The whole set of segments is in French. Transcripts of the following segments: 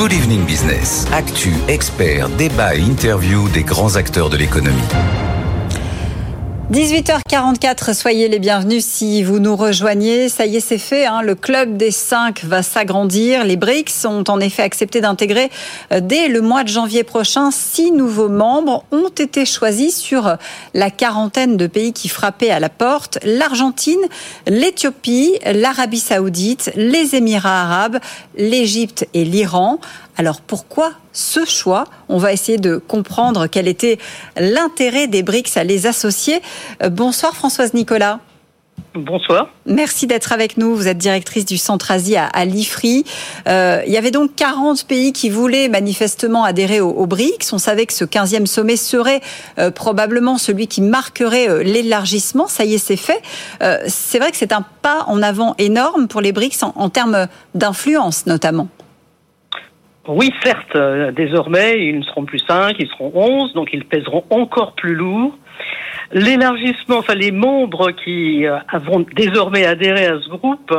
Good Evening Business. Actu, experts, débat et interview des grands acteurs de l'économie. 18h44, soyez les bienvenus si vous nous rejoignez. Ça y est, c'est fait, le club des 5 va s'agrandir. Les BRICS ont en effet accepté d'intégrer dès le mois de janvier prochain 6 nouveaux membres ont été choisis sur la quarantaine de pays qui frappaient à la porte. L'Argentine, l'Éthiopie, l'Arabie Saoudite, les Émirats arabes, l'Égypte et l'Iran. Alors pourquoi ce choix ? On va essayer de comprendre quel était l'intérêt des BRICS à les associer. Bonsoir Françoise Nicolas. Bonsoir. Merci d'être avec nous. Vous êtes directrice du Centre Asie à l'IFRI. Il y avait donc 40 pays qui voulaient manifestement adhérer aux BRICS. On savait que ce 15e sommet serait probablement celui qui marquerait l'élargissement. Ça y est, c'est fait. C'est vrai que c'est un pas en avant énorme pour les BRICS en termes d'influence notamment. Oui, certes, désormais, ils ne seront plus 5, ils seront 11, donc ils pèseront encore plus lourd. L'élargissement, les membres qui vont désormais adhérer à ce groupe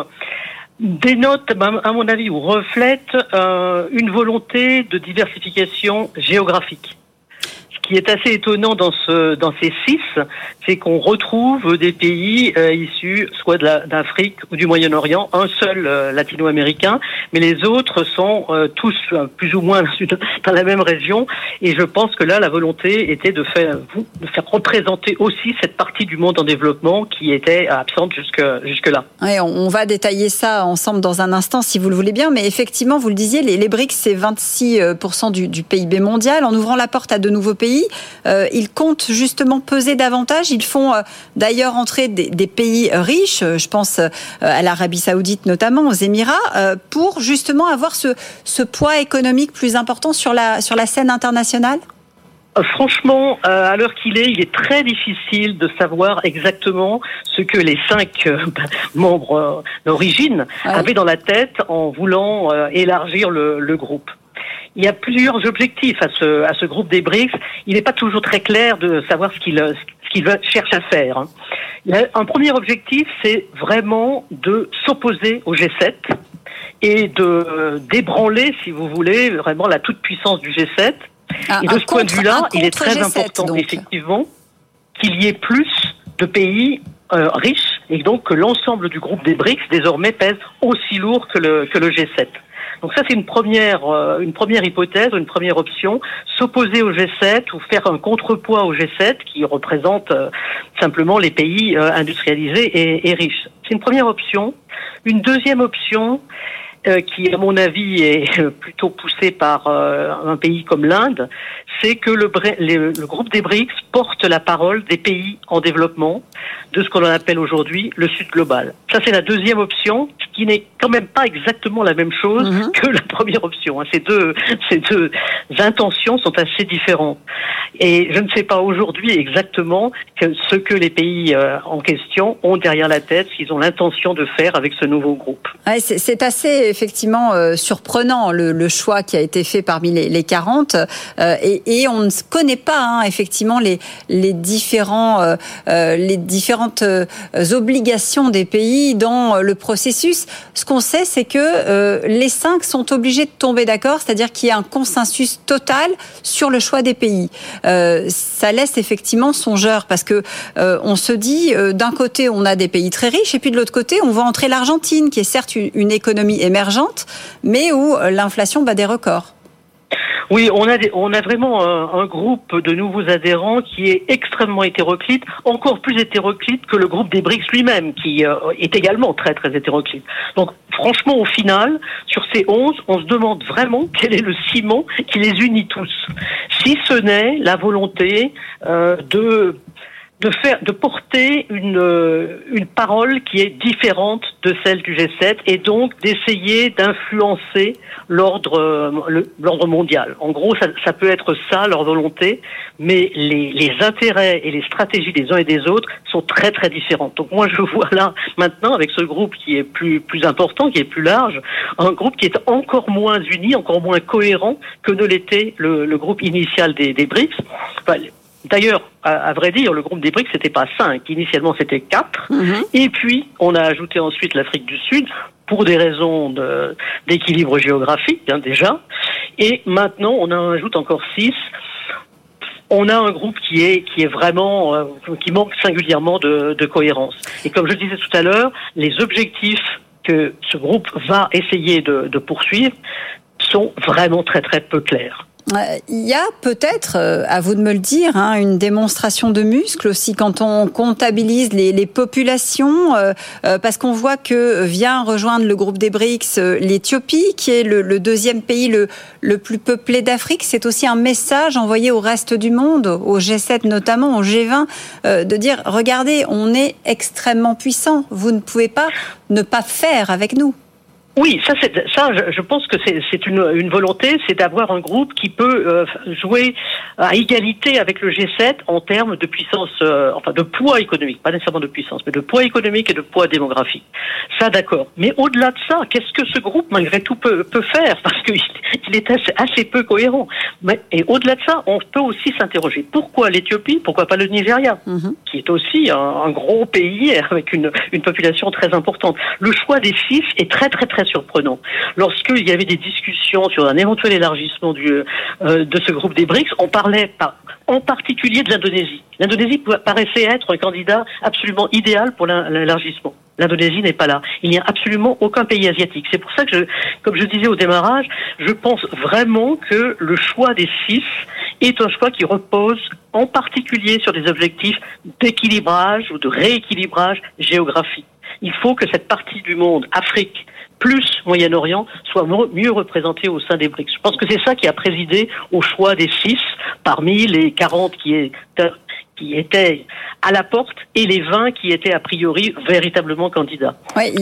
dénotent, à mon avis, ou reflètent une volonté de diversification géographique. Ce qui est assez étonnant dans ces 6, c'est qu'on retrouve des pays issus soit d'Afrique ou du Moyen-Orient, un seul latino-américain, mais les autres sont tous plus ou moins dans la même région. Et je pense que là, la volonté était de faire représenter aussi cette partie du monde en développement qui était absente jusque-là. Oui, on va détailler ça ensemble dans un instant, si vous le voulez bien. Mais effectivement, vous le disiez, les BRICS, c'est 26% du PIB mondial. En ouvrant la porte à de nouveaux pays, ils comptent justement peser davantage. Ils font d'ailleurs entrer des pays riches, je pense à l'Arabie Saoudite notamment, aux Émirats, pour justement avoir ce poids économique plus important sur la scène internationale. Franchement, à l'heure qu'il est, il est très difficile de savoir exactement ce que les 5 membres d'origine avaient dans la tête en voulant élargir le groupe. Il y a plusieurs objectifs à ce groupe des BRICS. Il n'est pas toujours très clair de savoir ce qu'il cherche à faire. Un premier objectif, c'est vraiment de s'opposer au G7 et de débranler, si vous voulez, vraiment la toute-puissance du G7. Et de ce point de vue-là, il est très important, donc, effectivement, qu'il y ait plus de pays riches et donc que l'ensemble du groupe des BRICS désormais pèse aussi lourd que le G7. Donc ça, c'est une première hypothèse, une première option, s'opposer au G7 ou faire un contrepoids au G7 qui représente simplement les pays industrialisés et riches. C'est une première option. Une deuxième option, qui, à mon avis, est plutôt poussée par un pays comme l'Inde, c'est que le groupe des BRICS porte la parole des pays en développement, de ce qu'on appelle aujourd'hui le Sud global. Ça, c'est la deuxième option, qui n'est quand même pas exactement la même chose que la première option. Ces deux intentions sont assez différentes. Et je ne sais pas aujourd'hui exactement ce que les pays en question ont derrière la tête, ce qu'ils ont l'intention de faire avec ce nouveau groupe. Ouais, c'est assez effectivement surprenant le choix qui a été fait parmi les 40 et on ne connaît pas effectivement les différentes obligations des pays dans le processus. Ce qu'on sait, c'est que les 5 sont obligés de tomber d'accord, c'est-à-dire qu'il y a un consensus total sur le choix des pays. Ça laisse effectivement songeur parce que on se dit d'un côté on a des pays très riches et puis de l'autre côté on voit entrer l'Argentine qui est certes une économie émergente mais où l'inflation bat des records. Oui, on a vraiment un groupe de nouveaux adhérents qui est extrêmement hétéroclite, encore plus hétéroclite que le groupe des BRICS lui-même, qui est également très très hétéroclite. Donc franchement, au final, sur ces 11, on se demande vraiment quel est le ciment qui les unit tous. Si ce n'est la volonté de porter une parole qui est différente de celle du G7 et donc d'essayer d'influencer l'ordre mondial. En gros, ça peut être ça leur volonté, mais les intérêts et les stratégies des uns et des autres sont très très différentes. Donc moi je vois là maintenant avec ce groupe qui est plus important, qui est plus large, un groupe qui est encore moins uni, encore moins cohérent que ne l'était le groupe initial des BRICS. D'ailleurs, à vrai dire, le groupe des BRICS, c'était pas 5. Initialement, c'était 4. Et puis, on a ajouté ensuite l'Afrique du Sud pour des raisons d'équilibre géographique, déjà. Et maintenant, on en ajoute encore 6. On a un groupe qui est vraiment qui manque singulièrement de cohérence. Et comme je le disais tout à l'heure, les objectifs que ce groupe va essayer de poursuivre sont vraiment très très peu clairs. Il y a peut-être, à vous de me le dire, une démonstration de muscles aussi quand on comptabilise les populations, parce qu'on voit que vient rejoindre le groupe des BRICS l'Éthiopie, qui est le deuxième pays le plus peuplé d'Afrique. C'est aussi un message envoyé au reste du monde, au G7 notamment, au G20, de dire, regardez, on est extrêmement puissant, vous ne pouvez pas ne pas faire avec nous. Oui, je pense que c'est une volonté, c'est d'avoir un groupe qui peut jouer à égalité avec le G7 en termes de puissance, de poids économique, pas nécessairement de puissance, mais de poids économique et de poids démographique. Ça, d'accord. Mais au-delà de ça, qu'est-ce que ce groupe, malgré tout, peut faire? Parce qu'il est assez peu cohérent. Et au-delà de ça, on peut aussi s'interroger. Pourquoi l'Éthiopie? Pourquoi pas le Nigeria? Qui est aussi un gros pays avec une population très importante. Le choix des 6 est très, très, très surprenant. Lorsqu'il y avait des discussions sur un éventuel élargissement de ce groupe des BRICS, on parlait en particulier de l'Indonésie. L'Indonésie paraissait être un candidat absolument idéal pour l'élargissement. L'Indonésie n'est pas là. Il n'y a absolument aucun pays asiatique. C'est pour ça que, comme je disais au démarrage, je pense vraiment que le choix des 6 est un choix qui repose en particulier sur des objectifs d'équilibrage ou de rééquilibrage géographique. Il faut que cette partie du monde, Afrique, plus Moyen-Orient, soit mieux représentée au sein des BRICS. Je pense que c'est ça qui a présidé au choix des 6 parmi les 40 qui étaient à la porte et les 20 qui étaient a priori véritablement candidats. Ouais,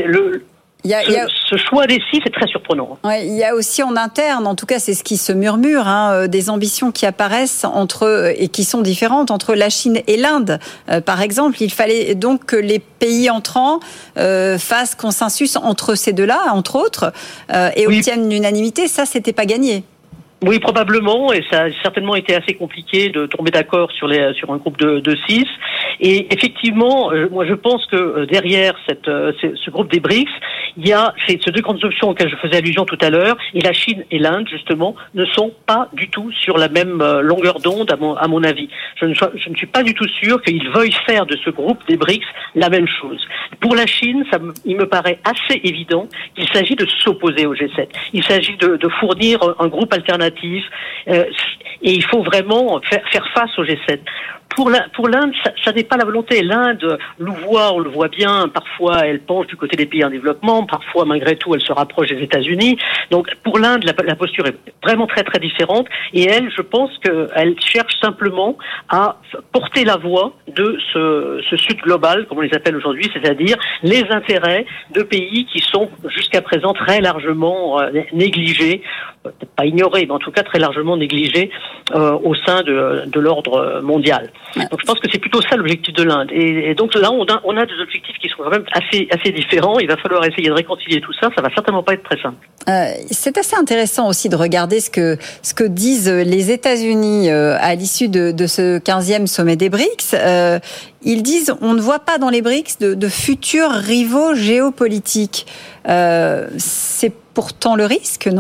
ce choix des 6 est très surprenant. Ouais, il y a aussi en interne, en tout cas c'est ce qui se murmure, des ambitions qui apparaissent et qui sont différentes entre la Chine et l'Inde. Par exemple, il fallait donc que les pays entrants fassent consensus entre ces deux-là, entre autres, et obtiennent l'unanimité. Ça, c'était pas gagné. Oui, probablement, et ça a certainement été assez compliqué de tomber d'accord sur un groupe de 6. Et effectivement, moi je pense que derrière ce groupe des BRICS, il y a ces deux grandes options auxquelles je faisais allusion tout à l'heure, et la Chine et l'Inde, justement, ne sont pas du tout sur la même longueur d'onde, à mon avis. Je ne suis pas du tout sûr qu'ils veuillent faire de ce groupe des BRICS la même chose. Pour la Chine, il me paraît assez évident qu'il s'agit de s'opposer au G7. Il s'agit de fournir un groupe alternatif, et il faut vraiment faire face au G7. Pour l'Inde, ça n'est pas la volonté. L'Inde, on le voit bien, parfois elle penche du côté des pays en développement, parfois malgré tout elle se rapproche des États-Unis. Donc pour l'Inde, la posture est vraiment très très différente, et elle, je pense qu'elle cherche simplement à porter la voix de ce Sud global, comme on les appelle aujourd'hui, c'est-à-dire les intérêts de pays qui sont jusqu'à présent très largement négligés, peut-être pas ignorés, mais en tout cas très largement négligés au sein de l'ordre mondial. Donc je pense que c'est plutôt ça l'objectif de l'Inde. Et donc là, on a des objectifs qui sont quand même assez différents. Il va falloir essayer de réconcilier tout ça. Ça va certainement pas être très simple. C'est assez intéressant aussi de regarder ce que disent les États-Unis à l'issue de ce 15e sommet des BRICS. Ils disent on ne voit pas dans les BRICS de futurs rivaux géopolitiques. C'est pourtant le risque, non ?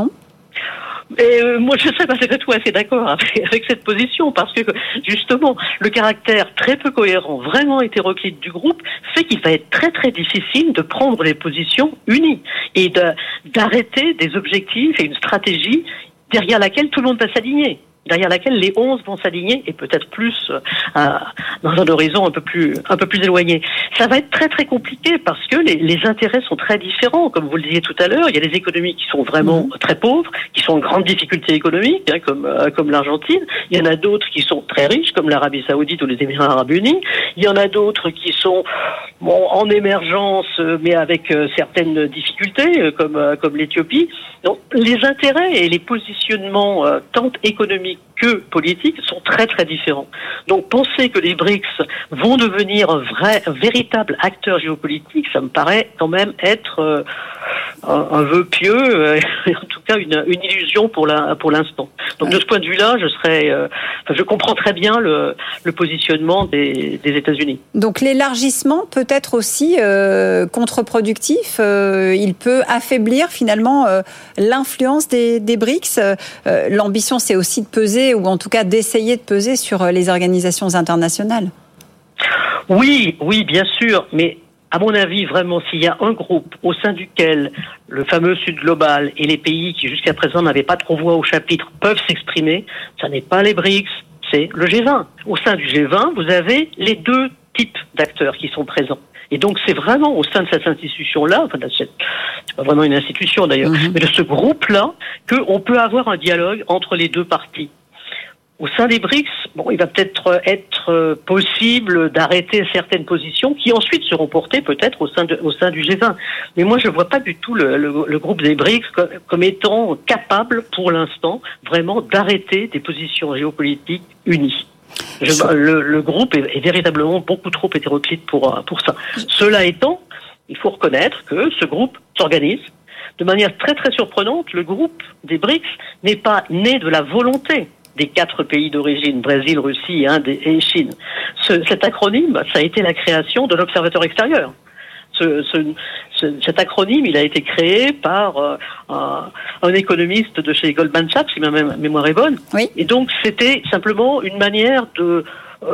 Et moi, je serais malgré tout assez d'accord avec cette position, parce que justement, le caractère très peu cohérent, vraiment hétéroclite du groupe, fait qu'il va être très très difficile de prendre les positions unies et d'arrêter des objectifs et une stratégie derrière laquelle tout le monde va s'aligner, derrière laquelle les 11 vont s'aligner, et peut-être plus dans un horizon un peu plus éloigné. Ça va être très très compliqué parce que les intérêts sont très différents. Comme vous le disiez tout à l'heure, il y a des économies qui sont vraiment très pauvres, qui sont en grande difficulté économique, comme l'Argentine. Il y en a d'autres qui sont très riches, comme l'Arabie Saoudite ou les Émirats Arabes Unis. Il y en a d'autres qui sont en émergence, mais avec certaines difficultés, comme l'Éthiopie. Donc les intérêts et les positionnements tant économiques que politiques sont très très différents. Donc penser que les BRICS vont devenir un véritable acteur géopolitique, ça me paraît quand même être un vœu pieux, en tout cas une illusion pour l'instant. Donc de ce point de vue-là, je comprends très bien le positionnement des États-Unis. Donc l'élargissement peut être aussi contre-productif. Il peut affaiblir finalement l'influence des BRICS. L'ambition, c'est aussi de peser, ou en tout cas d'essayer de peser sur les organisations internationales. Oui, bien sûr, mais à mon avis, vraiment, s'il y a un groupe au sein duquel le fameux Sud global et les pays qui jusqu'à présent n'avaient pas trop voix au chapitre peuvent s'exprimer, ça n'est pas les BRICS, c'est le G20. Au sein du G20, vous avez les deux types d'acteurs qui sont présents. Et donc, c'est vraiment au sein de cette institution-là, enfin, c'est pas vraiment une institution d'ailleurs, mais de ce groupe-là, qu'on peut avoir un dialogue entre les deux parties. Au sein des BRICS, il va peut-être être possible d'arrêter certaines positions qui ensuite seront portées peut-être au sein du G20. Mais moi, je ne vois pas du tout le groupe des BRICS comme étant capable, pour l'instant, vraiment d'arrêter des positions géopolitiques unies. Le groupe est véritablement beaucoup trop hétéroclite pour ça. Cela étant, il faut reconnaître que ce groupe s'organise. De manière très très surprenante, le groupe des BRICS n'est pas né de la volonté des 4 pays d'origine, Brésil, Russie, Inde et Chine. Cet acronyme, ça a été la création de l'observateur extérieur. Cet acronyme, il a été créé par un économiste de chez Goldman Sachs, si ma mémoire est bonne. Oui. Et donc, c'était simplement une manière de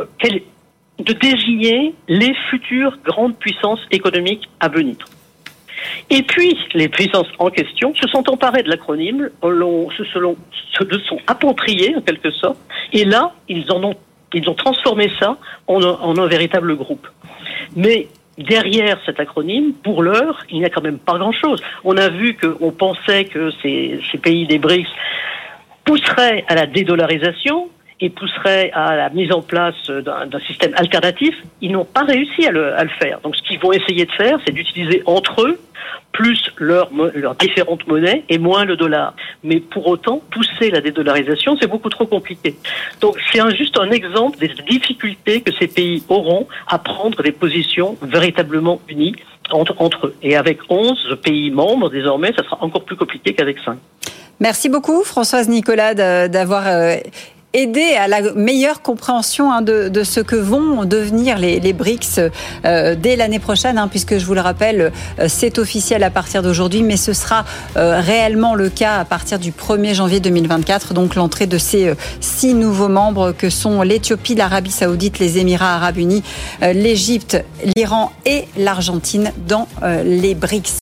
désigner les futures grandes puissances économiques à venir. Et puis, les puissances en question se sont emparées de l'acronyme, se sont appropriées en quelque sorte, et là, ils ont transformé ça en un véritable groupe. Mais derrière cet acronyme, pour l'heure, il n'y a quand même pas grand-chose. On a vu qu'on pensait que ces pays des BRICS pousseraient à la dédollarisation et pousseraient à la mise en place d'un système alternatif. Ils n'ont pas réussi à le faire. Donc ce qu'ils vont essayer de faire, c'est d'utiliser entre eux plus leurs différentes monnaies et moins le dollar. Mais pour autant, pousser la dédollarisation, c'est beaucoup trop compliqué. Donc c'est juste un exemple des difficultés que ces pays auront à prendre des positions véritablement unies entre eux. Et avec 11 pays membres, désormais, ça sera encore plus compliqué qu'avec 5. Merci beaucoup, Françoise Nicolas, d'avoir aider à la meilleure compréhension de ce que vont devenir les BRICS dès l'année prochaine, puisque je vous le rappelle, c'est officiel à partir d'aujourd'hui, mais ce sera réellement le cas à partir du 1er janvier 2024, donc l'entrée de ces 6 nouveaux membres que sont l'Éthiopie, l'Arabie Saoudite, les Émirats Arabes Unis, l'Égypte, l'Iran et l'Argentine dans les BRICS.